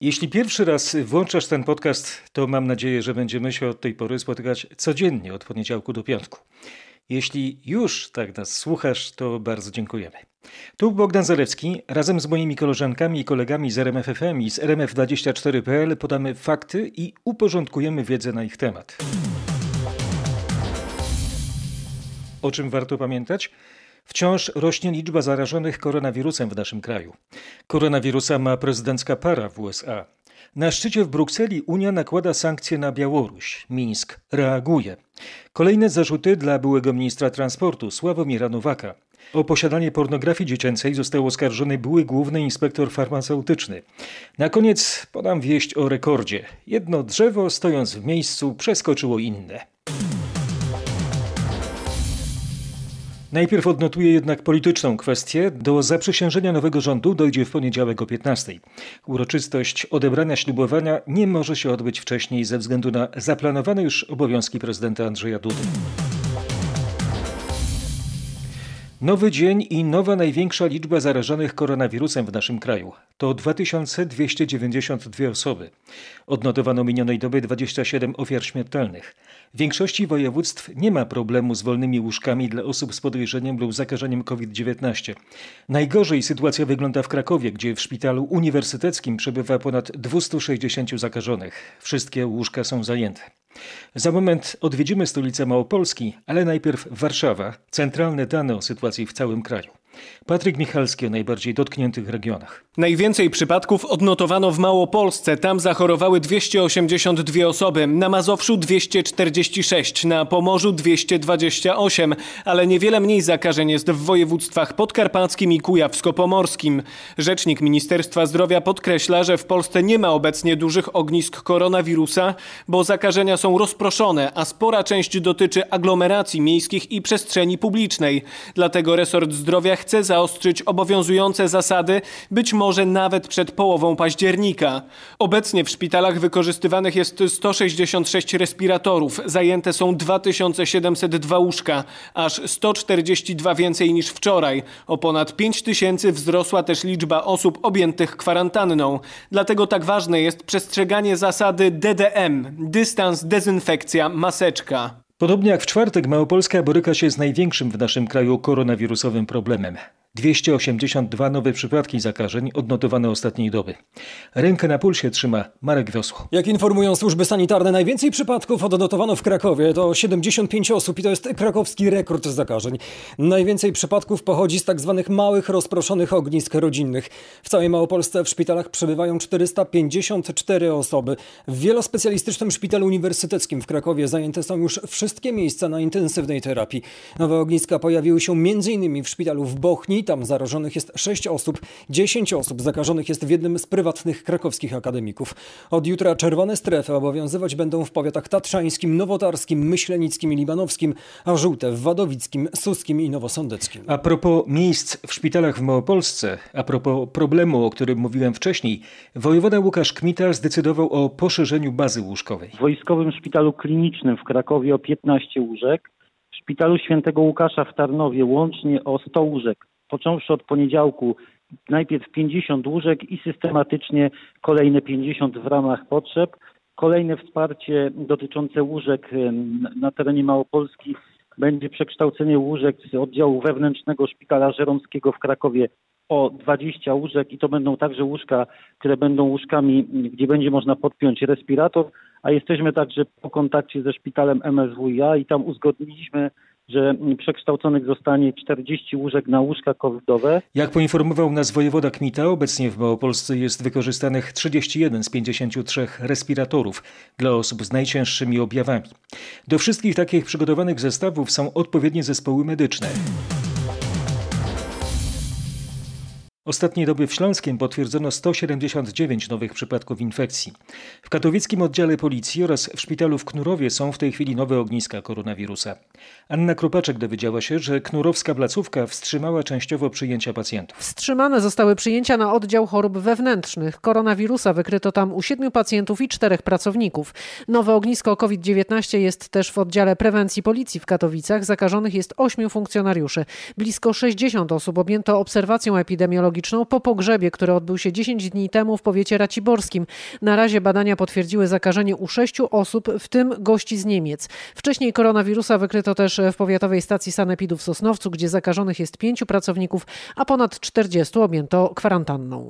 Jeśli pierwszy raz włączasz ten podcast, to mam nadzieję, że będziemy się od tej pory spotykać codziennie od poniedziałku do piątku. Jeśli już tak nas słuchasz, to bardzo dziękujemy. Tu Bogdan Zalewski, razem z moimi koleżankami i kolegami z RMF FM i z RMF24.pl podamy fakty i uporządkujemy wiedzę na ich temat. O czym warto pamiętać? Wciąż rośnie liczba zarażonych koronawirusem w naszym kraju. Koronawirusa ma prezydencka para w USA. Na szczycie w Brukseli Unia nakłada sankcje na Białoruś. Mińsk reaguje. Kolejne zarzuty dla byłego ministra transportu Sławomira Nowaka. O posiadanie pornografii dziecięcej został oskarżony były główny inspektor farmaceutyczny. Na koniec podam wieść o rekordzie. Jedno drzewo, stojąc w miejscu, przeskoczyło inne. Najpierw odnotuję jednak polityczną kwestię. Do zaprzysiężenia nowego rządu dojdzie w poniedziałek o 15:00. Uroczystość odebrania ślubowania nie może się odbyć wcześniej ze względu na zaplanowane już obowiązki prezydenta Andrzeja Dudy. Nowy dzień i nowa największa liczba zarażonych koronawirusem w naszym kraju. To 2292 osoby. Odnotowano minionej doby 27 ofiar śmiertelnych. W większości województw nie ma problemu z wolnymi łóżkami dla osób z podejrzeniem lub zakażeniem COVID-19. Najgorzej sytuacja wygląda w Krakowie, gdzie w szpitalu uniwersyteckim przebywa ponad 260 zakażonych. Wszystkie łóżka są zajęte. Za moment odwiedzimy stolicę Małopolski, ale najpierw Warszawa. Centralne dane o sytuacji w całym kraju. Patryk Michalski o najbardziej dotkniętych regionach. Najwięcej przypadków odnotowano w Małopolsce. Tam zachorowały 282 osoby, na Mazowszu 246, na Pomorzu 228, ale niewiele mniej zakażeń jest w województwach podkarpackim i kujawsko-pomorskim. Rzecznik Ministerstwa Zdrowia podkreśla, że w Polsce nie ma obecnie dużych ognisk koronawirusa, bo zakażenia są rozproszone, a spora część dotyczy aglomeracji miejskich i przestrzeni publicznej. Dlatego resort zdrowia chce zaostrzyć obowiązujące zasady, być może nawet przed połową października. Obecnie w szpitalach wykorzystywanych jest 166 respiratorów, zajęte są 2702 łóżka, aż 142 więcej niż wczoraj. O ponad 5000 wzrosła też liczba osób objętych kwarantanną. Dlatego tak ważne jest przestrzeganie zasady DDM, dystans, dezynfekcja, maseczka. Podobnie jak w czwartek, Małopolska boryka się z największym w naszym kraju koronawirusowym problemem. 282 nowe przypadki zakażeń odnotowane ostatniej doby. Rękę na pulsie trzyma Marek Wiosło. Jak informują służby sanitarne, najwięcej przypadków odnotowano w Krakowie. To 75 osób i to jest krakowski rekord zakażeń. Najwięcej przypadków pochodzi z tak zwanych małych, rozproszonych ognisk rodzinnych. W całej Małopolsce w szpitalach przebywają 454 osoby. W wielospecjalistycznym szpitalu uniwersyteckim w Krakowie zajęte są już wszystkie miejsca na intensywnej terapii. Nowe ogniska pojawiły się m.in. w szpitalu w Bochni. Tam zarażonych jest 6 osób, 10 osób zakażonych jest w jednym z prywatnych krakowskich akademików. Od jutra czerwone strefy obowiązywać będą w powiatach tatrzańskim, nowotarskim, myślenickim i libanowskim, a żółte w wadowickim, suskim i nowosądeckim. A propos miejsc w szpitalach w Małopolsce, a propos problemu, o którym mówiłem wcześniej, wojewoda Łukasz Kmita zdecydował o poszerzeniu bazy łóżkowej. W Wojskowym Szpitalu Klinicznym w Krakowie o 15 łóżek, w Szpitalu Świętego Łukasza w Tarnowie łącznie o 100 łóżek. Począwszy od poniedziałku najpierw 50 łóżek i systematycznie kolejne 50 w ramach potrzeb. Kolejne wsparcie dotyczące łóżek na terenie Małopolski będzie przekształcenie łóżek z oddziału wewnętrznego Szpitala Żeromskiego w Krakowie o 20 łóżek i to będą także łóżka, które będą łóżkami, gdzie będzie można podpiąć respirator, a jesteśmy także po kontakcie ze szpitalem MSWiA i tam uzgodniliśmy, że przekształconych zostanie 40 łóżek na łóżka covidowe. Jak poinformował nas wojewoda Kmita, obecnie w Małopolsce jest wykorzystanych 31 z 53 respiratorów dla osób z najcięższymi objawami. Do wszystkich takich przygotowanych zestawów są odpowiednie zespoły medyczne. Ostatniej doby w Śląskiem potwierdzono 179 nowych przypadków infekcji. W katowickim oddziale policji oraz w szpitalu w Knurowie są w tej chwili nowe ogniska koronawirusa. Anna Kropaczek dowiedziała się, że knurowska placówka wstrzymała częściowo przyjęcia pacjentów. Wstrzymane zostały przyjęcia na oddział chorób wewnętrznych. Koronawirusa wykryto tam u 7 pacjentów i 4 pracowników. Nowe ognisko COVID-19 jest też w oddziale prewencji policji w Katowicach. Zakażonych jest 8 funkcjonariuszy. Blisko 60 osób objęto obserwacją epidemiologiczną epidemiologiczną po pogrzebie, który odbył się 10 dni temu w powiecie raciborskim. Na razie badania potwierdziły zakażenie u 6 osób, w tym gości z Niemiec. Wcześniej koronawirusa wykryto też w powiatowej stacji sanepidu w Sosnowcu, gdzie zakażonych jest 5 pracowników, a ponad 40 objęto kwarantanną.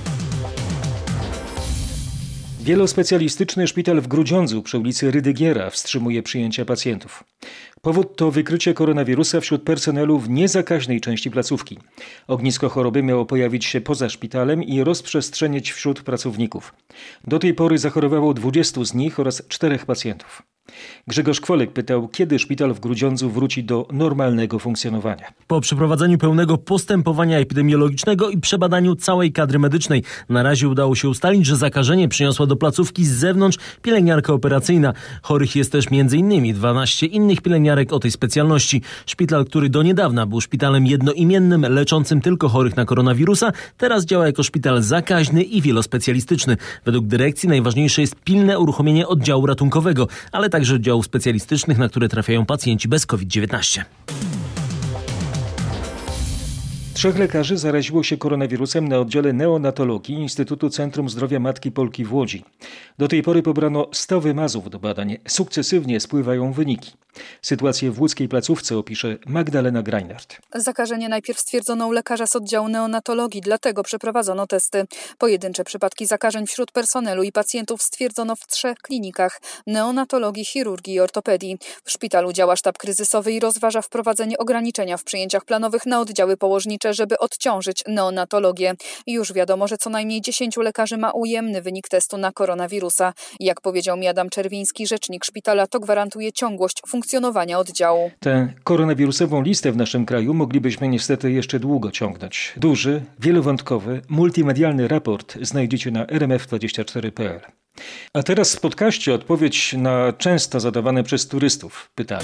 Wielospecjalistyczny szpital w Grudziądzu przy ulicy Rydygiera wstrzymuje przyjęcia pacjentów. Powód to wykrycie koronawirusa wśród personelu w niezakaźnej części placówki. Ognisko choroby miało pojawić się poza szpitalem i rozprzestrzenić wśród pracowników. Do tej pory zachorowało 20 z nich oraz 4 pacjentów. Grzegorz Kwolek pytał, kiedy szpital w Grudziądzu wróci do normalnego funkcjonowania. Po przeprowadzeniu pełnego postępowania epidemiologicznego i przebadaniu całej kadry medycznej, na razie udało się ustalić, że zakażenie przyniosła do placówki z zewnątrz pielęgniarka operacyjna. Chorych jest też m.in. 12 innych pielęgniarek o tej specjalności. Szpital, który do niedawna był szpitalem jednoimiennym, leczącym tylko chorych na koronawirusa, teraz działa jako szpital zakaźny i wielospecjalistyczny. Według dyrekcji najważniejsze jest pilne uruchomienie oddziału ratunkowego, ale także oddziałów specjalistycznych, na które trafiają pacjenci bez COVID-19. 3 lekarzy zaraziło się koronawirusem na oddziale neonatologii Instytutu Centrum Zdrowia Matki Polki w Łodzi. Do tej pory pobrano 100 wymazów do badań. Sukcesywnie spływają wyniki. Sytuację w łódzkiej placówce opisze Magdalena Greinert. Zakażenie najpierw stwierdzono u lekarza z oddziału neonatologii, dlatego przeprowadzono testy. Pojedyncze przypadki zakażeń wśród personelu i pacjentów stwierdzono w 3 klinikach: neonatologii, chirurgii i ortopedii. W szpitalu działa sztab kryzysowy i rozważa wprowadzenie ograniczenia w przyjęciach planowych na oddziały położnicze, żeby odciążyć neonatologię. Już wiadomo, że co najmniej 10 lekarzy ma ujemny wynik testu na koronawirusa. Jak powiedział mi Adam Czerwiński, rzecznik szpitala, to gwarantuje ciągłość funkcjonowania oddziału. Tę koronawirusową listę w naszym kraju moglibyśmy niestety jeszcze długo ciągnąć. Duży, wielowątkowy, multimedialny raport znajdziecie na rmf24.pl. A teraz w podcaście odpowiedź na często zadawane przez turystów pytanie.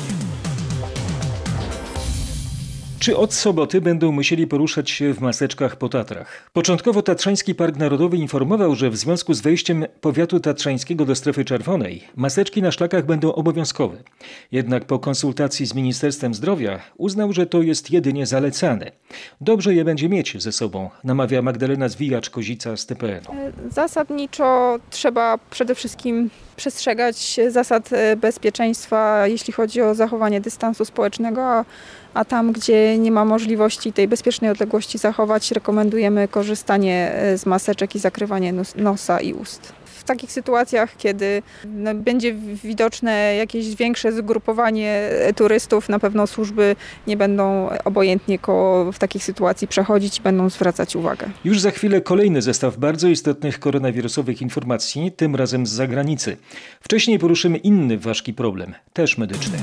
Czy od soboty będą musieli poruszać się w maseczkach po Tatrach? Początkowo Tatrzański Park Narodowy informował, że w związku z wejściem powiatu tatrzańskiego do strefy czerwonej maseczki na szlakach będą obowiązkowe. Jednak po konsultacji z Ministerstwem Zdrowia uznał, że to jest jedynie zalecane. Dobrze je będzie mieć ze sobą, namawia Magdalena Zwijacz-Kozica z TPN-u. Zasadniczo trzeba przede wszystkim przestrzegać zasad bezpieczeństwa, jeśli chodzi o zachowanie dystansu społecznego, a tam, gdzie nie ma możliwości tej bezpiecznej odległości zachować, rekomendujemy korzystanie z maseczek i zakrywanie nosa i ust. W takich sytuacjach, kiedy będzie widoczne jakieś większe zgrupowanie turystów, na pewno służby nie będą obojętnie w takich sytuacji przechodzić i będą zwracać uwagę. Już za chwilę kolejny zestaw bardzo istotnych koronawirusowych informacji, tym razem z zagranicy. Wcześniej poruszymy inny ważki problem, też medyczny.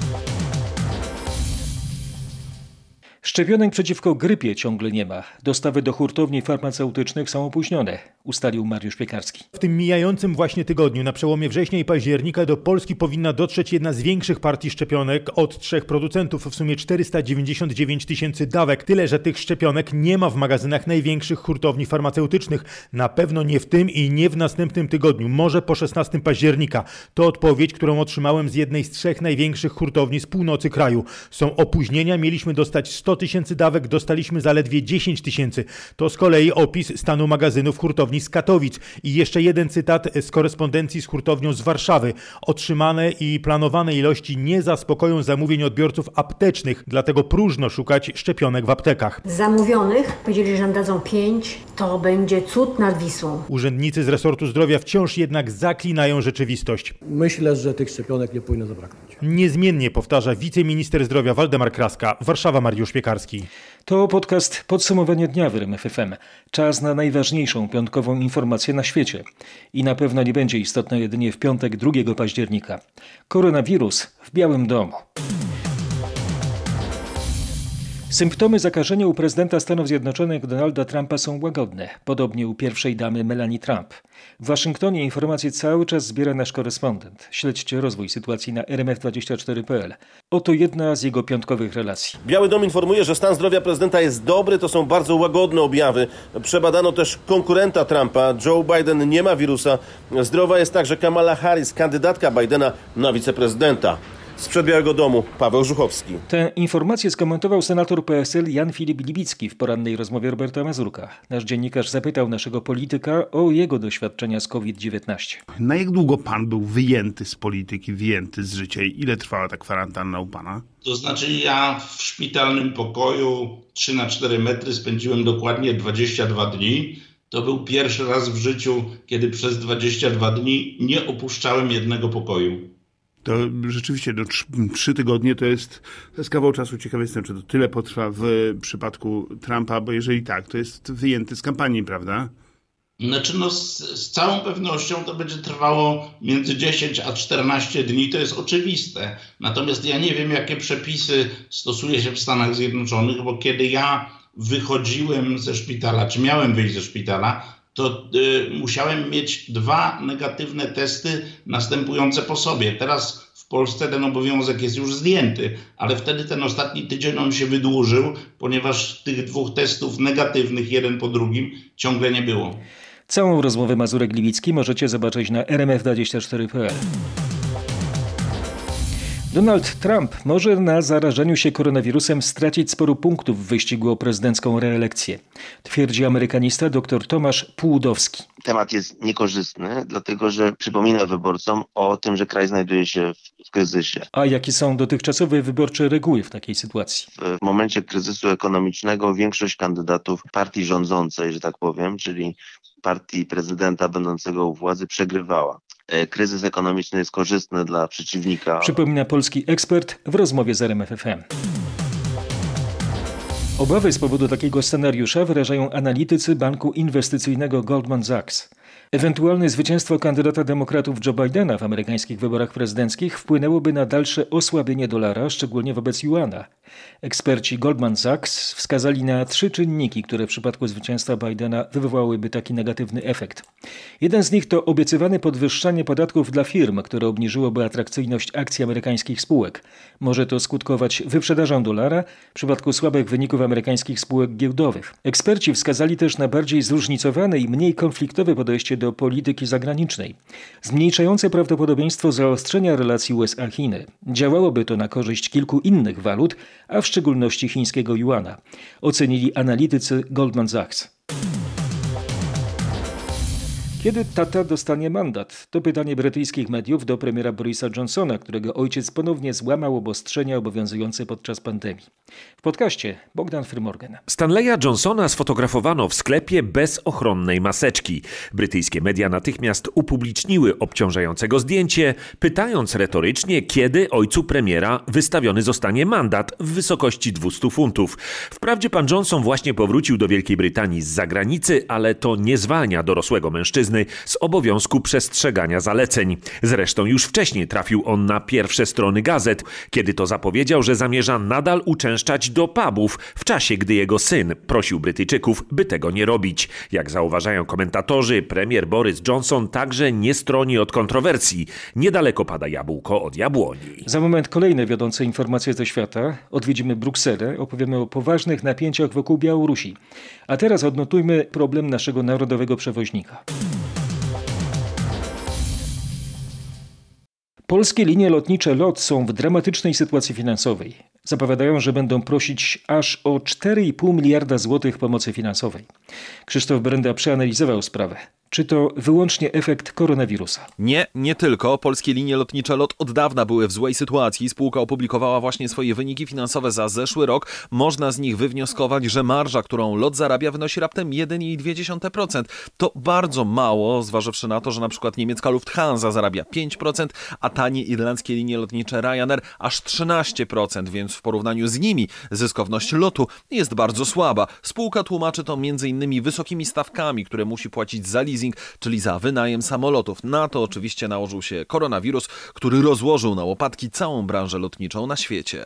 Szczepionek przeciwko grypie ciągle nie ma. Dostawy do hurtowni farmaceutycznych są opóźnione, ustalił Mariusz Piekarski. W tym mijającym właśnie tygodniu, na przełomie września i października, do Polski powinna dotrzeć jedna z większych partii szczepionek od 3 producentów, w sumie 499 000 dawek. Tyle, że tych szczepionek nie ma w magazynach największych hurtowni farmaceutycznych. Na pewno nie w tym i nie w następnym tygodniu, może po 16 października. To odpowiedź, którą otrzymałem z jednej z 3 największych hurtowni z północy kraju. Są opóźnienia, mieliśmy dostać 100 000 dawek, dostaliśmy zaledwie 10 000. To z kolei opis stanu magazynów hurtowni z Katowic. I jeszcze jeden cytat z korespondencji z hurtownią z Warszawy. Otrzymane i planowane ilości nie zaspokoją zamówień odbiorców aptecznych, dlatego próżno szukać szczepionek w aptekach. Zamówionych powiedzieli, że nam dadzą 5, to będzie cud nad Wisłą. Urzędnicy z resortu zdrowia wciąż jednak zaklinają rzeczywistość. Myślę, że tych szczepionek nie powinno zabraknąć. Niezmiennie powtarza wiceminister zdrowia Waldemar Kraska. Warszawa, Mariusz Piekarski. To podcast Podsumowanie dnia w RMF FM. Czas na najważniejszą piątkową informację na świecie. I na pewno nie będzie istotna jedynie w piątek 2 października. Koronawirus w Białym Domu. Symptomy zakażenia u prezydenta Stanów Zjednoczonych Donalda Trumpa są łagodne, podobnie u pierwszej damy Melanie Trump. W Waszyngtonie informacje cały czas zbiera nasz korespondent. Śledźcie rozwój sytuacji na rmf24.pl. Oto jedna z jego piątkowych relacji. Biały Dom informuje, że stan zdrowia prezydenta jest dobry, to są bardzo łagodne objawy. Przebadano też konkurenta Trumpa. Joe Biden nie ma wirusa. Zdrowa jest także Kamala Harris, kandydatka Bidena na wiceprezydenta. Sprzed Białego Domu Paweł Żuchowski. Tę informację skomentował senator PSL Jan Filip Libicki w porannej rozmowie Roberta Mazurka. Nasz dziennikarz zapytał naszego polityka o jego doświadczenia z COVID-19. Na jak długo pan był wyjęty z polityki, wyjęty z życia i ile trwała ta kwarantanna u pana? To znaczy ja w szpitalnym pokoju 3x4 metry spędziłem dokładnie 22 dni. To był pierwszy raz w życiu, kiedy przez 22 dni nie opuszczałem jednego pokoju. To rzeczywiście 3 tygodnie to jest kawał czasu. Ciekawy jestem, czy to tyle potrwa w przypadku Trumpa, bo jeżeli tak, to jest wyjęty z kampanii, prawda? Znaczy z całą pewnością to będzie trwało między 10 a 14 dni, to jest oczywiste. Natomiast ja nie wiem, jakie przepisy stosuje się w Stanach Zjednoczonych, bo kiedy ja wychodziłem ze szpitala, czy miałem wyjść ze szpitala, to musiałem mieć 2 negatywne testy następujące po sobie. Teraz w Polsce ten obowiązek jest już zdjęty, ale wtedy ten ostatni tydzień on się wydłużył, ponieważ tych 2 testów negatywnych, jeden po drugim, ciągle nie było. Całą rozmowę Mazurek-Libicki możecie zobaczyć na rmf24.pl. Donald Trump może na zarażeniu się koronawirusem stracić sporo punktów w wyścigu o prezydencką reelekcję, twierdzi amerykanista dr Tomasz Pułdowski. Temat jest niekorzystny, dlatego że przypomina wyborcom o tym, że kraj znajduje się w kryzysie. A jakie są dotychczasowe wyborcze reguły w takiej sytuacji? W momencie kryzysu ekonomicznego większość kandydatów partii rządzącej, że tak powiem, czyli partii prezydenta będącego u władzy, przegrywała. Kryzys ekonomiczny jest korzystny dla przeciwnika. Przypomina polski ekspert w rozmowie z RMF FM. Obawy z powodu takiego scenariusza wyrażają analitycy banku inwestycyjnego Goldman Sachs. Ewentualne zwycięstwo kandydata demokratów Joe Bidena w amerykańskich wyborach prezydenckich wpłynęłoby na dalsze osłabienie dolara, szczególnie wobec juana. Eksperci Goldman Sachs wskazali na 3 czynniki, które w przypadku zwycięstwa Bidena wywołałyby taki negatywny efekt. Jeden z nich to obiecywane podwyższanie podatków dla firm, które obniżyłoby atrakcyjność akcji amerykańskich spółek. Może to skutkować wyprzedażą dolara w przypadku słabych wyników amerykańskich spółek giełdowych. Eksperci wskazali też na bardziej zróżnicowane i mniej konfliktowe podejście do polityki zagranicznej, zmniejszające prawdopodobieństwo zaostrzenia relacji USA-Chiny. Działałoby to na korzyść kilku innych walut, a w szczególności chińskiego juana, ocenili analitycy Goldman Sachs. Kiedy tata dostanie mandat? To pytanie brytyjskich mediów do premiera Borisa Johnsona, którego ojciec ponownie złamał obostrzenia obowiązujące podczas pandemii. W podcaście Bogdan Frymorgan. Stanleya Johnsona sfotografowano w sklepie bez ochronnej maseczki. Brytyjskie media natychmiast upubliczniły obciążającego zdjęcie, pytając retorycznie, kiedy ojcu premiera wystawiony zostanie mandat w wysokości 200 funtów. Wprawdzie pan Johnson właśnie powrócił do Wielkiej Brytanii z zagranicy, ale to nie zwalnia dorosłego mężczyzny z obowiązku przestrzegania zaleceń. Zresztą już wcześniej trafił on na pierwsze strony gazet, kiedy to zapowiedział, że zamierza nadal uczęszczać do pubów w czasie, gdy jego syn prosił Brytyjczyków, by tego nie robić. Jak zauważają komentatorzy, premier Boris Johnson także nie stroni od kontrowersji. Niedaleko pada jabłko od jabłoni. Za moment kolejne wiodące informacje ze świata. Odwiedzimy Brukselę, opowiemy o poważnych napięciach wokół Białorusi. A teraz odnotujmy problem naszego narodowego przewoźnika. Polskie linie lotnicze LOT są w dramatycznej sytuacji finansowej. Zapowiadają, że będą prosić aż o 4,5 miliarda złotych pomocy finansowej. Krzysztof Brenda przeanalizował sprawę. Czy to wyłącznie efekt koronawirusa? Nie tylko. Polskie linie lotnicze LOT od dawna były w złej sytuacji. Spółka opublikowała właśnie swoje wyniki finansowe za zeszły rok. Można z nich wywnioskować, że marża, którą LOT zarabia, wynosi raptem 1,2%. To bardzo mało, zważywszy na to, że na przykład niemiecka Lufthansa zarabia 5%, a tanie irlandzkie linie lotnicze Ryanair aż 13%, więc w porównaniu z nimi zyskowność LOT-u jest bardzo słaba. Spółka tłumaczy to m.in. wysokimi stawkami, które musi płacić za leasing, czyli za wynajem samolotów. Na to oczywiście nałożył się koronawirus, który rozłożył na łopatki całą branżę lotniczą na świecie.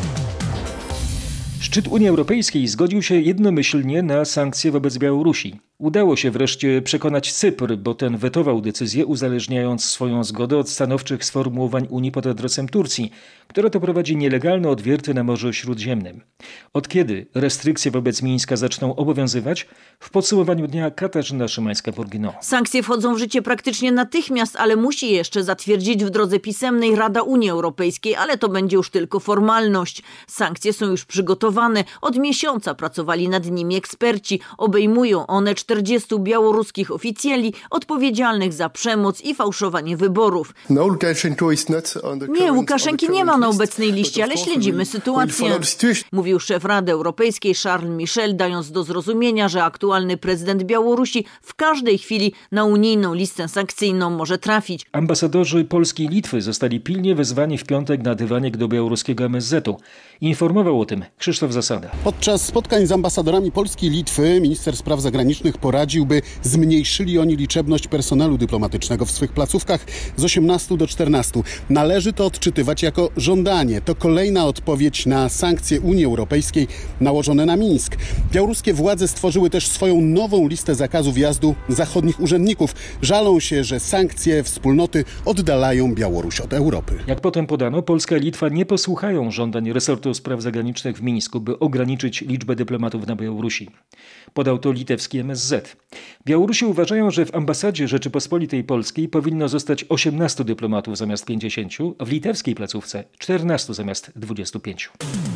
Szczyt Unii Europejskiej zgodził się jednomyślnie na sankcje wobec Białorusi. Udało się wreszcie przekonać Cypr, bo ten wetował decyzję, uzależniając swoją zgodę od stanowczych sformułowań Unii pod adresem Turcji, która to prowadzi nielegalne odwierty na Morzu Śródziemnym. Od kiedy restrykcje wobec Mińska zaczną obowiązywać? W podsumowaniu dnia Katarzyna Szymańska-Bourguignon. Sankcje wchodzą w życie praktycznie natychmiast, ale musi jeszcze zatwierdzić w drodze pisemnej Rada Unii Europejskiej, ale to będzie już tylko formalność. Sankcje są już przygotowane. Od miesiąca pracowali nad nimi eksperci. Obejmują one 40 białoruskich oficjeli odpowiedzialnych za przemoc i fałszowanie wyborów. Nie, Łukaszenki nie ma na obecnej liście, ale śledzimy sytuację, mówił szef Rady Europejskiej Charles Michel, dając do zrozumienia, że aktualny prezydent Białorusi w każdej chwili na unijną listę sankcyjną może trafić. Ambasadorzy Polski i Litwy zostali pilnie wezwani w piątek na dywanik do białoruskiego MSZ-u. Informował o tym Krzysztof Zasada. Podczas spotkań z ambasadorami Polski i Litwy minister spraw zagranicznych poradził, by zmniejszyli oni liczebność personelu dyplomatycznego w swych placówkach z 18 do 14. Należy to odczytywać jako żądanie. To kolejna odpowiedź na sankcje Unii Europejskiej nałożone na Mińsk. Białoruskie władze stworzyły też swoją nową listę zakazu wjazdu zachodnich urzędników. Żalą się, że sankcje wspólnoty oddalają Białoruś od Europy. Jak potem podano, Polska i Litwa nie posłuchają żądań resortu spraw zagranicznych w Mińsku, by ograniczyć liczbę dyplomatów na Białorusi. Podał to litewski MSZ. Białorusi uważają, że w ambasadzie Rzeczypospolitej Polskiej powinno zostać 18 dyplomatów zamiast 50, a w litewskiej placówce 14 zamiast 25.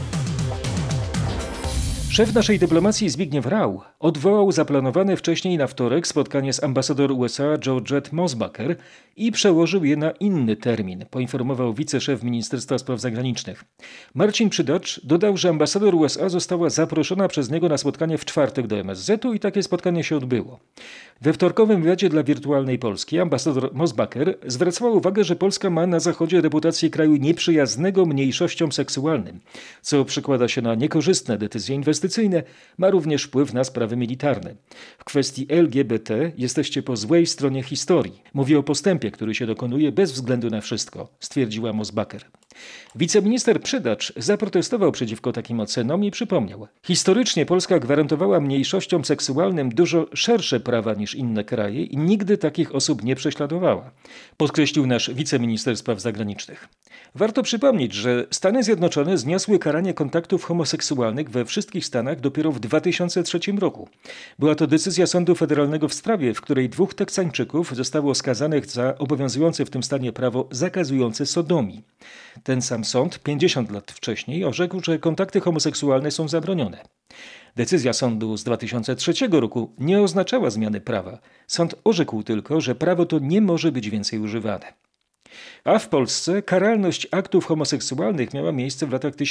Szef naszej dyplomacji Zbigniew Rau odwołał zaplanowane wcześniej na wtorek spotkanie z ambasador USA Georgette Mosbacher i przełożył je na inny termin, poinformował wiceszef Ministerstwa Spraw Zagranicznych. Marcin Przydacz dodał, że ambasador USA została zaproszona przez niego na spotkanie w czwartek do MSZ-u i takie spotkanie się odbyło. We wtorkowym wywiadzie dla Wirtualnej Polski ambasador Mosbacher zwracała uwagę, że Polska ma na Zachodzie reputację kraju nieprzyjaznego mniejszościom seksualnym, co przekłada się na niekorzystne decyzje inwestycyjne, ma również wpływ na sprawy militarne. W kwestii LGBT jesteście po złej stronie historii. Mówi o postępie, który się dokonuje bez względu na wszystko, stwierdziła Mosbacher. Wiceminister Przydacz zaprotestował przeciwko takim ocenom i przypomniał: historycznie Polska gwarantowała mniejszościom seksualnym dużo szersze prawa niż inne kraje i nigdy takich osób nie prześladowała, podkreślił nasz wiceminister spraw zagranicznych. Warto przypomnieć, że Stany Zjednoczone zniosły karanie kontaktów homoseksualnych we wszystkich stanach dopiero w 2003 roku. Była to decyzja Sądu Federalnego w sprawie, w której 2 Teksańczyków zostało skazanych za obowiązujące w tym stanie prawo zakazujące sodomii. Ten sam sąd 50 lat wcześniej orzekł, że kontakty homoseksualne są zabronione. Decyzja sądu z 2003 roku nie oznaczała zmiany prawa. Sąd orzekł tylko, że prawo to nie może być więcej używane. A w Polsce karalność aktów homoseksualnych miała miejsce w latach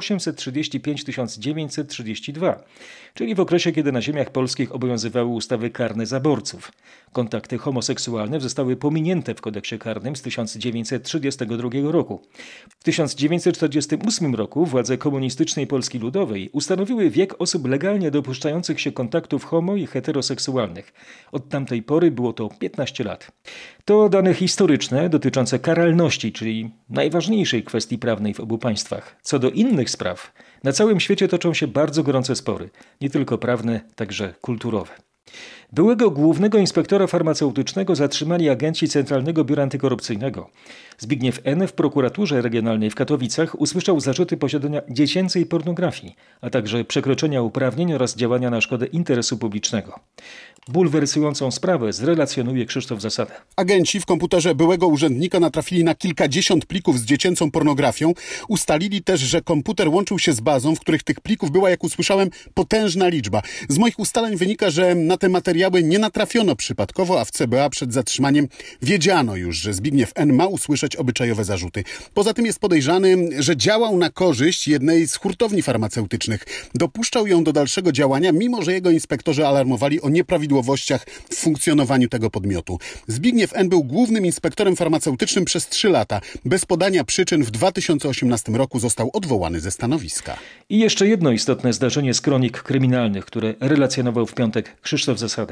1835-1932, czyli w okresie, kiedy na ziemiach polskich obowiązywały ustawy karne zaborców. Kontakty homoseksualne zostały pominięte w kodeksie karnym z 1932 roku. W 1948 roku władze komunistycznej Polski Ludowej ustanowiły wiek osób legalnie dopuszczających się kontaktów homo i heteroseksualnych. Od tamtej pory było to 15 lat. To dane historyczne dotyczące karalności, czyli najważniejszej kwestii prawnej w obu państwach. Co do innych spraw, na całym świecie toczą się bardzo gorące spory, nie tylko prawne, także kulturowe. Byłego głównego inspektora farmaceutycznego zatrzymali agenci Centralnego Biura Antykorupcyjnego. Zbigniew N. w prokuraturze regionalnej w Katowicach usłyszał zarzuty posiadania dziecięcej pornografii, a także przekroczenia uprawnień oraz działania na szkodę interesu publicznego. Bulwersującą sprawę zrelacjonuje Krzysztof Zasada. Agenci w komputerze byłego urzędnika natrafili na kilkadziesiąt plików z dziecięcą pornografią. Ustalili też, że komputer łączył się z bazą, w których tych plików była, jak usłyszałem, potężna liczba. Z moich ustaleń wynika, że na te materiały nie natrafiono przypadkowo, a w CBA przed zatrzymaniem wiedziano już, że Zbigniew N. ma usłyszeć obyczajowe zarzuty. Poza tym jest podejrzany, że działał na korzyść jednej z hurtowni farmaceutycznych. Dopuszczał ją do dalszego działania, mimo że jego inspektorzy alarmowali o nieprawidłowościach w funkcjonowaniu tego podmiotu. Zbigniew N. był głównym inspektorem farmaceutycznym przez 3 lata. Bez podania przyczyn w 2018 roku został odwołany ze stanowiska. I jeszcze jedno istotne zdarzenie z kronik kryminalnych, które relacjonował w piątek Krzysztof Zasada.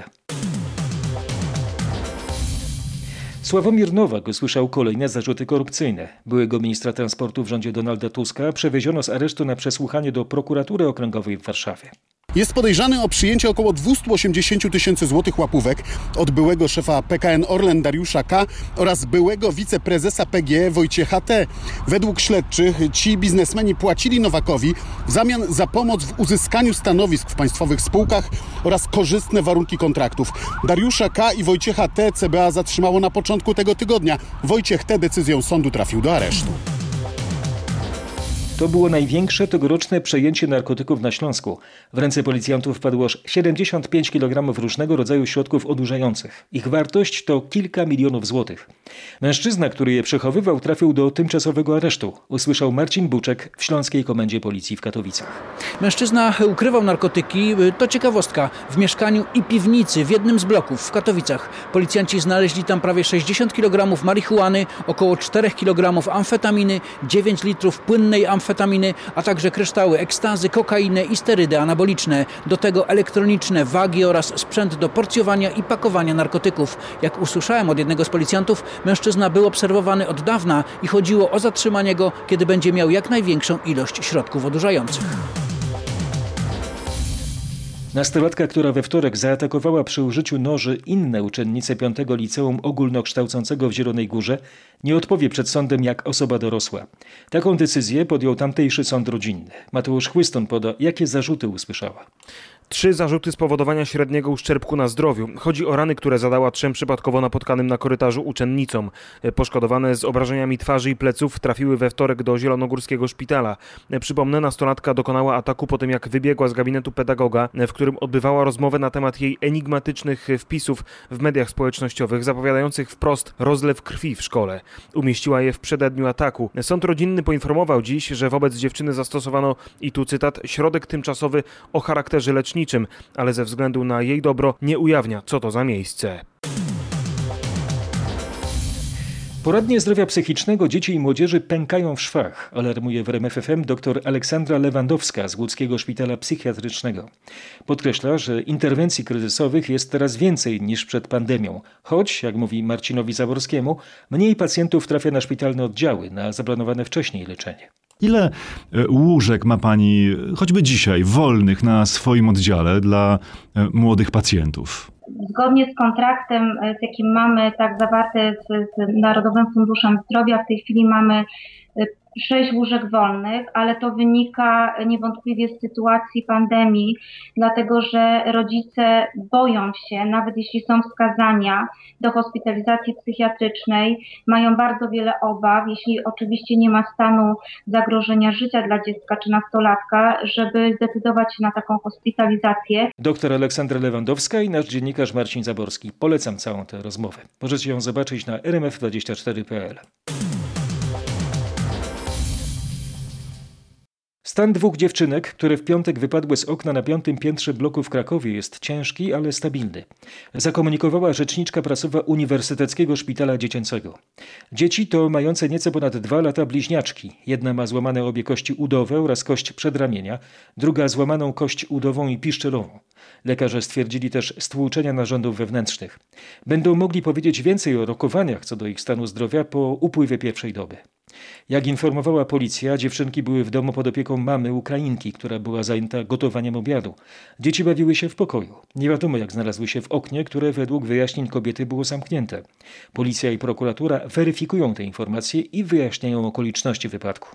Sławomir Nowak usłyszał kolejne zarzuty korupcyjne. Byłego ministra transportu w rządzie Donalda Tuska przewieziono z aresztu na przesłuchanie do prokuratury okręgowej w Warszawie. Jest podejrzany o przyjęcie około 280 tysięcy złotych łapówek od byłego szefa PKN Orlen Dariusza K. oraz byłego wiceprezesa PGE Wojciecha T. Według śledczych ci biznesmeni płacili Nowakowi w zamian za pomoc w uzyskaniu stanowisk w państwowych spółkach oraz korzystne warunki kontraktów. Dariusza K. i Wojciecha T. CBA zatrzymało na początku tego tygodnia. Wojciech T. decyzją sądu trafił do aresztu. To było największe tegoroczne przejęcie narkotyków na Śląsku. W ręce policjantów wpadło aż 75 kg różnego rodzaju środków odurzających. Ich wartość to kilka milionów złotych. Mężczyzna, który je przechowywał, trafił do tymczasowego aresztu. Usłyszał Marcin Buczek w Śląskiej Komendzie Policji w Katowicach. Mężczyzna ukrywał narkotyki, to ciekawostka, w mieszkaniu i piwnicy w jednym z bloków w Katowicach. Policjanci znaleźli tam prawie 60 kg marihuany, około 4 kg amfetaminy, 9 litrów płynnej amfetaminy, a także kryształy ekstazy, kokainę i sterydy anaboliczne. Do tego elektroniczne wagi oraz sprzęt do porcjowania i pakowania narkotyków. Jak usłyszałem od jednego z policjantów, mężczyzna był obserwowany od dawna i chodziło o zatrzymanie go, kiedy będzie miał jak największą ilość środków odurzających. Nastolatka, która we wtorek zaatakowała przy użyciu noży inne uczennice 5. Liceum Ogólnokształcącego w Zielonej Górze, nie odpowie przed sądem jak osoba dorosła. Taką decyzję podjął tamtejszy sąd rodzinny. Mateusz Chłyston poda, jakie zarzuty usłyszała. 3 zarzuty spowodowania średniego uszczerbku na zdrowiu. Chodzi o rany, które zadała 3 przypadkowo napotkanym na korytarzu uczennicom. Poszkodowane z obrażeniami twarzy i pleców trafiły we wtorek do zielonogórskiego szpitala. Przypomnę, nastolatka dokonała ataku po tym, jak wybiegła z gabinetu pedagoga, w którym odbywała rozmowę na temat jej enigmatycznych wpisów w mediach społecznościowych, zapowiadających wprost rozlew krwi w szkole. Umieściła je w przededniu ataku. Sąd rodzinny poinformował dziś, że wobec dziewczyny zastosowano, i tu cytat, środek tymczasowy o charakterze leczniczym, ale ze względu na jej dobro nie ujawnia, co to za miejsce. Poradnie zdrowia psychicznego dzieci i młodzieży pękają w szwach, alarmuje w RMF FM dr Aleksandra Lewandowska z Łódzkiego Szpitala Psychiatrycznego. Podkreśla, że interwencji kryzysowych jest teraz więcej niż przed pandemią, choć, jak mówi Marcinowi Zaborskiemu, mniej pacjentów trafia na szpitalne oddziały, na zaplanowane wcześniej leczenie. Ile łóżek ma Pani, choćby dzisiaj, wolnych na swoim oddziale dla młodych pacjentów? Zgodnie z kontraktem, z jakim mamy tak zawarty z Narodowym Funduszem Zdrowia, w tej chwili mamy 6 łóżek wolnych, ale to wynika niewątpliwie z sytuacji pandemii, dlatego że rodzice boją się, nawet jeśli są wskazania do hospitalizacji psychiatrycznej, mają bardzo wiele obaw, jeśli oczywiście nie ma stanu zagrożenia życia dla dziecka czy nastolatka, żeby zdecydować się na taką hospitalizację. Doktor Aleksandra Lewandowska i nasz dziennikarz Marcin Zaborski. Polecam całą tę rozmowę. Możecie ją zobaczyć na rmf24.pl. Stan 2 dziewczynek, które w piątek wypadły z okna na 5. piętrze bloku w Krakowie, jest ciężki, ale stabilny. Zakomunikowała rzeczniczka prasowa Uniwersyteckiego Szpitala Dziecięcego. Dzieci to mające nieco ponad 2 lata bliźniaczki. Jedna ma złamane obie kości udowe oraz kość przedramienia, druga złamaną kość udową i piszczelową. Lekarze stwierdzili też stłuczenia narządów wewnętrznych. Będą mogli powiedzieć więcej o rokowaniach co do ich stanu zdrowia po upływie pierwszej doby. Jak informowała policja, dziewczynki były w domu pod opieką mamy Ukrainki, która była zajęta gotowaniem obiadu. Dzieci bawiły się w pokoju. Nie wiadomo, jak znalazły się w oknie, które według wyjaśnień kobiety było zamknięte. Policja i prokuratura weryfikują te informacje i wyjaśniają okoliczności wypadku.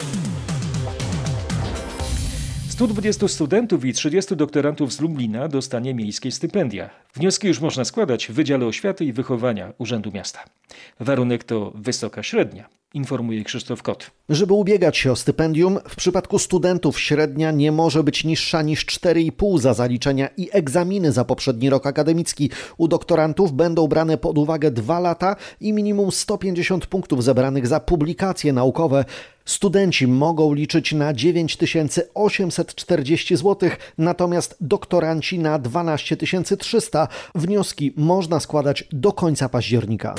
120 studentów i 30 doktorantów z Lublina dostanie miejskie stypendia. Wnioski już można składać w Wydziale Oświaty i Wychowania Urzędu Miasta. Warunek to wysoka średnia, informuje Krzysztof Kot. Żeby ubiegać się o stypendium, w przypadku studentów średnia nie może być niższa niż 4,5 za zaliczenia i egzaminy za poprzedni rok akademicki. U doktorantów będą brane pod uwagę 2 lata i minimum 150 punktów zebranych za publikacje naukowe. Studenci mogą liczyć na 9840 zł, natomiast doktoranci na 12 300. Wnioski można składać do końca października.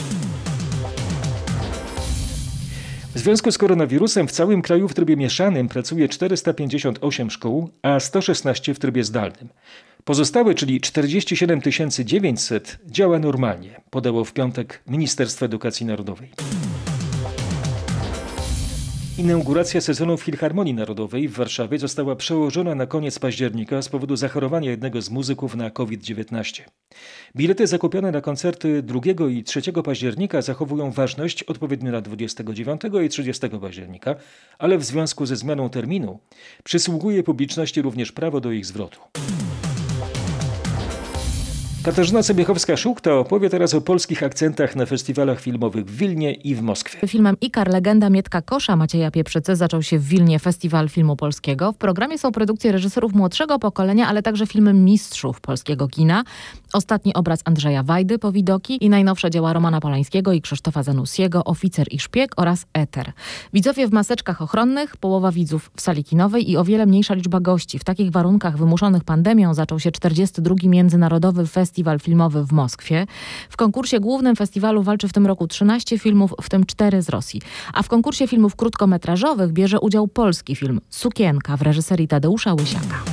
W związku z koronawirusem w całym kraju w trybie mieszanym pracuje 458 szkół, a 116 w trybie zdalnym. Pozostałe, czyli 47 900, działa normalnie, podało w piątek Ministerstwo Edukacji Narodowej. Inauguracja sezonu w Filharmonii Narodowej w Warszawie została przełożona na koniec października z powodu zachorowania jednego z muzyków na COVID-19. Bilety zakupione na koncerty 2 i 3 października zachowują ważność odpowiednio na 29 i 30 października, ale w związku ze zmianą terminu przysługuje publiczności również prawo do ich zwrotu. Katarzyna Sobiechowska-Szukta opowie teraz o polskich akcentach na festiwalach filmowych w Wilnie i w Moskwie. Filmem Ikar legenda Mietka Kosza Macieja Pieprzycy zaczął się w Wilnie Festiwal Filmu Polskiego. W programie są produkcje reżyserów młodszego pokolenia, ale także filmy mistrzów polskiego kina. Ostatni obraz Andrzeja Wajdy, Powidoki i najnowsze dzieła Romana Polańskiego i Krzysztofa Zanussiego, Oficer i szpieg oraz Eter. Widzowie w maseczkach ochronnych, połowa widzów w sali kinowej i o wiele mniejsza liczba gości. W takich warunkach wymuszonych pandemią zaczął się 42. Międzynarodowy Festiwal Filmowy w Moskwie. W konkursie głównym festiwalu walczy w tym roku 13 filmów, w tym 4 z Rosji. A w konkursie filmów krótkometrażowych bierze udział polski film Sukienka w reżyserii Tadeusza Łysiaka.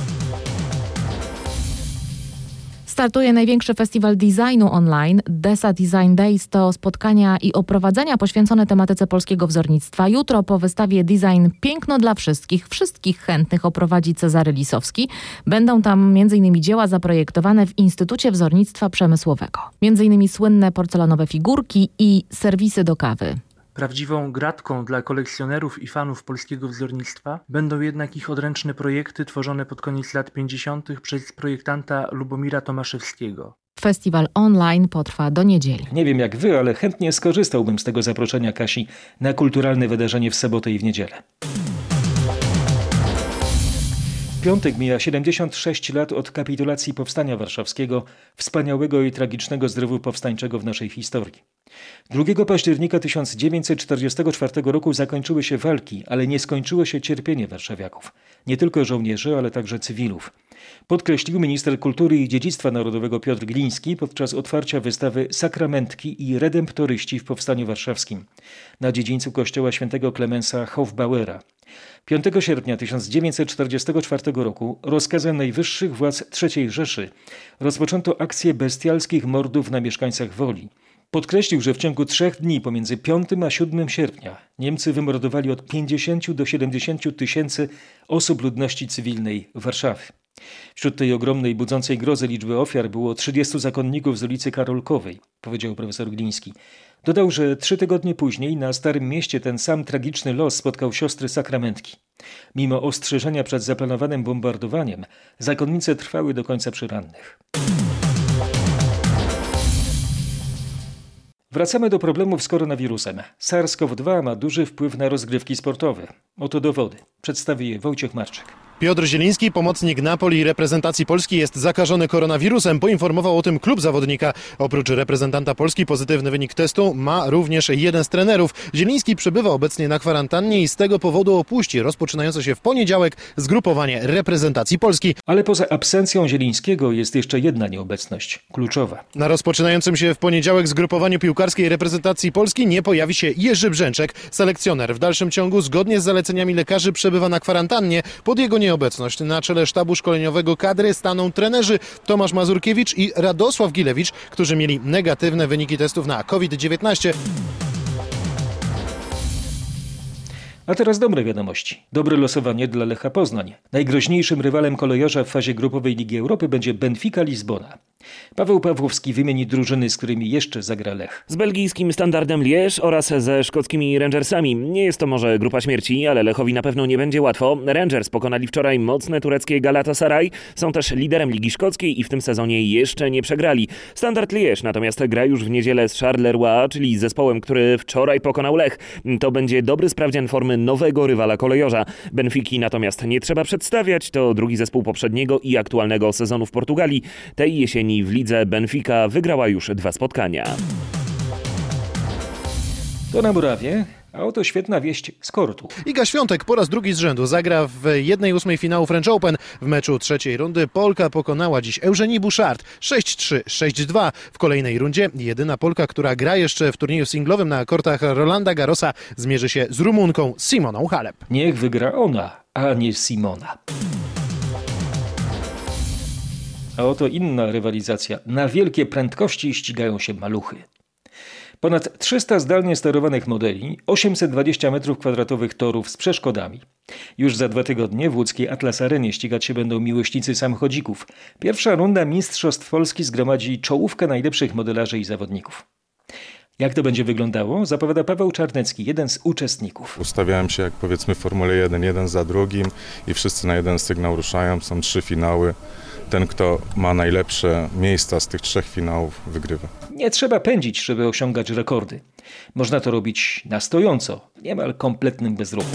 Startuje największy festiwal designu online. DESA Design Days to spotkania i oprowadzenia poświęcone tematyce polskiego wzornictwa. Jutro po wystawie Design Piękno dla wszystkich chętnych oprowadzi Cezary Lisowski. Będą tam m.in. dzieła zaprojektowane w Instytucie Wzornictwa Przemysłowego. M.in. słynne porcelanowe figurki i serwisy do kawy. Prawdziwą gratką dla kolekcjonerów i fanów polskiego wzornictwa będą jednak ich odręczne projekty tworzone pod koniec lat 50. przez projektanta Lubomira Tomaszewskiego. Festiwal online potrwa do niedzieli. Nie wiem jak wy, ale chętnie skorzystałbym z tego zaproszenia Kasi na kulturalne wydarzenie w sobotę i w niedzielę. W piątek mija 76 lat od kapitulacji Powstania Warszawskiego, wspaniałego i tragicznego zrywu powstańczego w naszej historii. 2 października 1944 roku zakończyły się walki, ale nie skończyło się cierpienie warszawiaków. Nie tylko żołnierzy, ale także cywilów. Podkreślił minister kultury i dziedzictwa narodowego Piotr Gliński podczas otwarcia wystawy Sakramentki i redemptoryści w Powstaniu Warszawskim na dziedzińcu kościoła świętego Klemensa Hofbauera. 5 sierpnia 1944 roku rozkazem najwyższych władz III Rzeszy rozpoczęto akcję bestialskich mordów na mieszkańcach Woli. Podkreślił, że w ciągu 3 dni pomiędzy 5 a 7 sierpnia Niemcy wymordowali od 50 do 70 tysięcy osób ludności cywilnej Warszawy. Wśród tej ogromnej, budzącej grozę liczby ofiar było 30 zakonników z ulicy Karolkowej, powiedział profesor Gliński. Dodał, że 3 tygodnie później na Starym Mieście ten sam tragiczny los spotkał siostry Sakramentki. Mimo ostrzeżenia przed zaplanowanym bombardowaniem, zakonnice trwały do końca przy rannych. Wracamy do problemów z koronawirusem. SARS-CoV-2 ma duży wpływ na rozgrywki sportowe. Oto dowody. Przedstawi je Wojciech Marczyk. Piotr Zieliński, pomocnik Napoli i reprezentacji Polski, jest zakażony koronawirusem. Poinformował o tym klub zawodnika. Oprócz reprezentanta Polski pozytywny wynik testu ma również jeden z trenerów. Zieliński przebywa obecnie na kwarantannie i z tego powodu opuści rozpoczynające się w poniedziałek zgrupowanie reprezentacji Polski. Ale poza absencją Zielińskiego jest jeszcze jedna nieobecność, kluczowa. Na rozpoczynającym się w poniedziałek zgrupowaniu piłkarskiej reprezentacji Polski nie pojawi się Jerzy Brzęczek. Selekcjoner w dalszym ciągu zgodnie z zaleceniami lekarzy przebywa na kwarantannie. Pod jego nieobecność na czele sztabu szkoleniowego kadry staną trenerzy Tomasz Mazurkiewicz i Radosław Gilewicz, którzy mieli negatywne wyniki testów na COVID-19. A teraz dobre wiadomości. Dobre losowanie dla Lecha Poznań. Najgroźniejszym rywalem kolejorza w fazie grupowej Ligi Europy będzie Benfica Lizbona. Paweł Pawłowski wymieni drużyny, z którymi jeszcze zagra Lech. Z belgijskim Standardem Liège oraz ze szkockimi Rangersami. Nie jest to może grupa śmierci, ale Lechowi na pewno nie będzie łatwo. Rangers pokonali wczoraj mocne tureckie Galatasaray. Są też liderem Ligi Szkockiej i w tym sezonie jeszcze nie przegrali. Standard Liège natomiast gra już w niedzielę z Charleroi, czyli zespołem, który wczoraj pokonał Lech. To będzie dobry sprawdzian formy nowego rywala kolejorza. Benfiki natomiast nie trzeba przedstawiać. To drugi zespół poprzedniego i aktualnego sezonu w Portugalii. Tej jesieni w lidze Benfica wygrała już 2 spotkania. To na murawie, a oto świetna wieść z kortu. Iga Świątek po raz drugi z rzędu zagra w 1/8 finału French Open. W meczu trzeciej rundy Polka pokonała dziś Eugenie Bouchard 6-3, 6-2. W kolejnej rundzie jedyna Polka, która gra jeszcze w turnieju singlowym na kortach Rolanda Garrosa, zmierzy się z Rumunką Simoną Halep. Niech wygra ona, a nie Simona. A oto inna rywalizacja. Na wielkie prędkości ścigają się maluchy. Ponad 300 zdalnie sterowanych modeli, 820 m2 torów z przeszkodami. Już za 2 tygodnie w łódzkiej Atlas Arenie ścigać się będą miłośnicy samochodzików. Pierwsza runda Mistrzostw Polski zgromadzi czołówkę najlepszych modelarzy i zawodników. Jak to będzie wyglądało, zapowiada Paweł Czarnecki, jeden z uczestników. Ustawiałem się, jak powiedzmy w Formule 1, jeden za drugim i wszyscy na jeden sygnał ruszają. Są 3 finały. Ten, kto ma najlepsze miejsca z tych 3 finałów, wygrywa. Nie trzeba pędzić, żeby osiągać rekordy. Można to robić na stojąco, w niemal kompletnym bezruchu.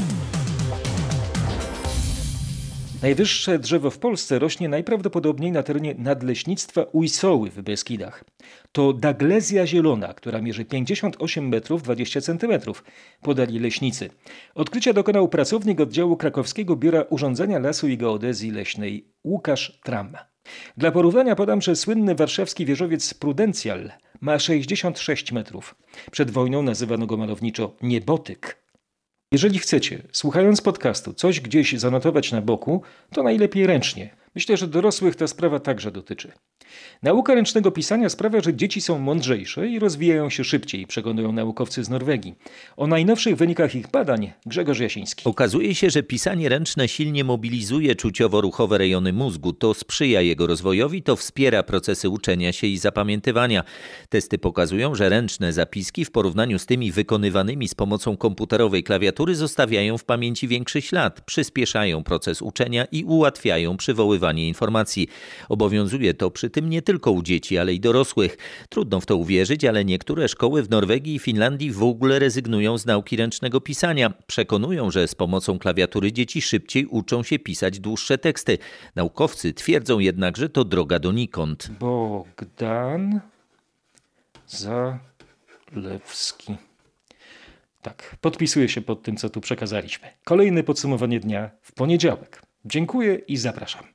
Najwyższe drzewo w Polsce rośnie najprawdopodobniej na terenie Nadleśnictwa Ujsoły w Beskidach. To Daglezja zielona, która mierzy 58 metrów 20 centymetrów, podali leśnicy. Odkrycia dokonał pracownik oddziału krakowskiego Biura Urządzenia Lasu i Geodezji Leśnej Łukasz Tram. Dla porównania podam, że słynny warszawski wieżowiec Prudencjal ma 66 metrów. Przed wojną nazywano go malowniczo niebotyk. Jeżeli chcecie, słuchając podcastu, coś gdzieś zanotować na boku, to najlepiej ręcznie. Myślę, że dorosłych ta sprawa także dotyczy. Nauka ręcznego pisania sprawia, że dzieci są mądrzejsze i rozwijają się szybciej, przekonują naukowcy z Norwegii. O najnowszych wynikach ich badań Grzegorz Jasiński. Okazuje się, że pisanie ręczne silnie mobilizuje czuciowo-ruchowe rejony mózgu. To sprzyja jego rozwojowi, to wspiera procesy uczenia się i zapamiętywania. Testy pokazują, że ręczne zapiski w porównaniu z tymi wykonywanymi z pomocą komputerowej klawiatury zostawiają w pamięci większy ślad, przyspieszają proces uczenia i ułatwiają przywoływanie informacji. Obowiązuje to przy tym nie tylko u dzieci, ale i dorosłych. Trudno w to uwierzyć, ale niektóre szkoły w Norwegii i Finlandii w ogóle rezygnują z nauki ręcznego pisania. Przekonują, że z pomocą klawiatury dzieci szybciej uczą się pisać dłuższe teksty. Naukowcy twierdzą jednak, że to droga donikąd. Bogdan Zalewski. Tak, podpisuję się pod tym, co tu przekazaliśmy. Kolejne podsumowanie dnia w poniedziałek. Dziękuję i zapraszam.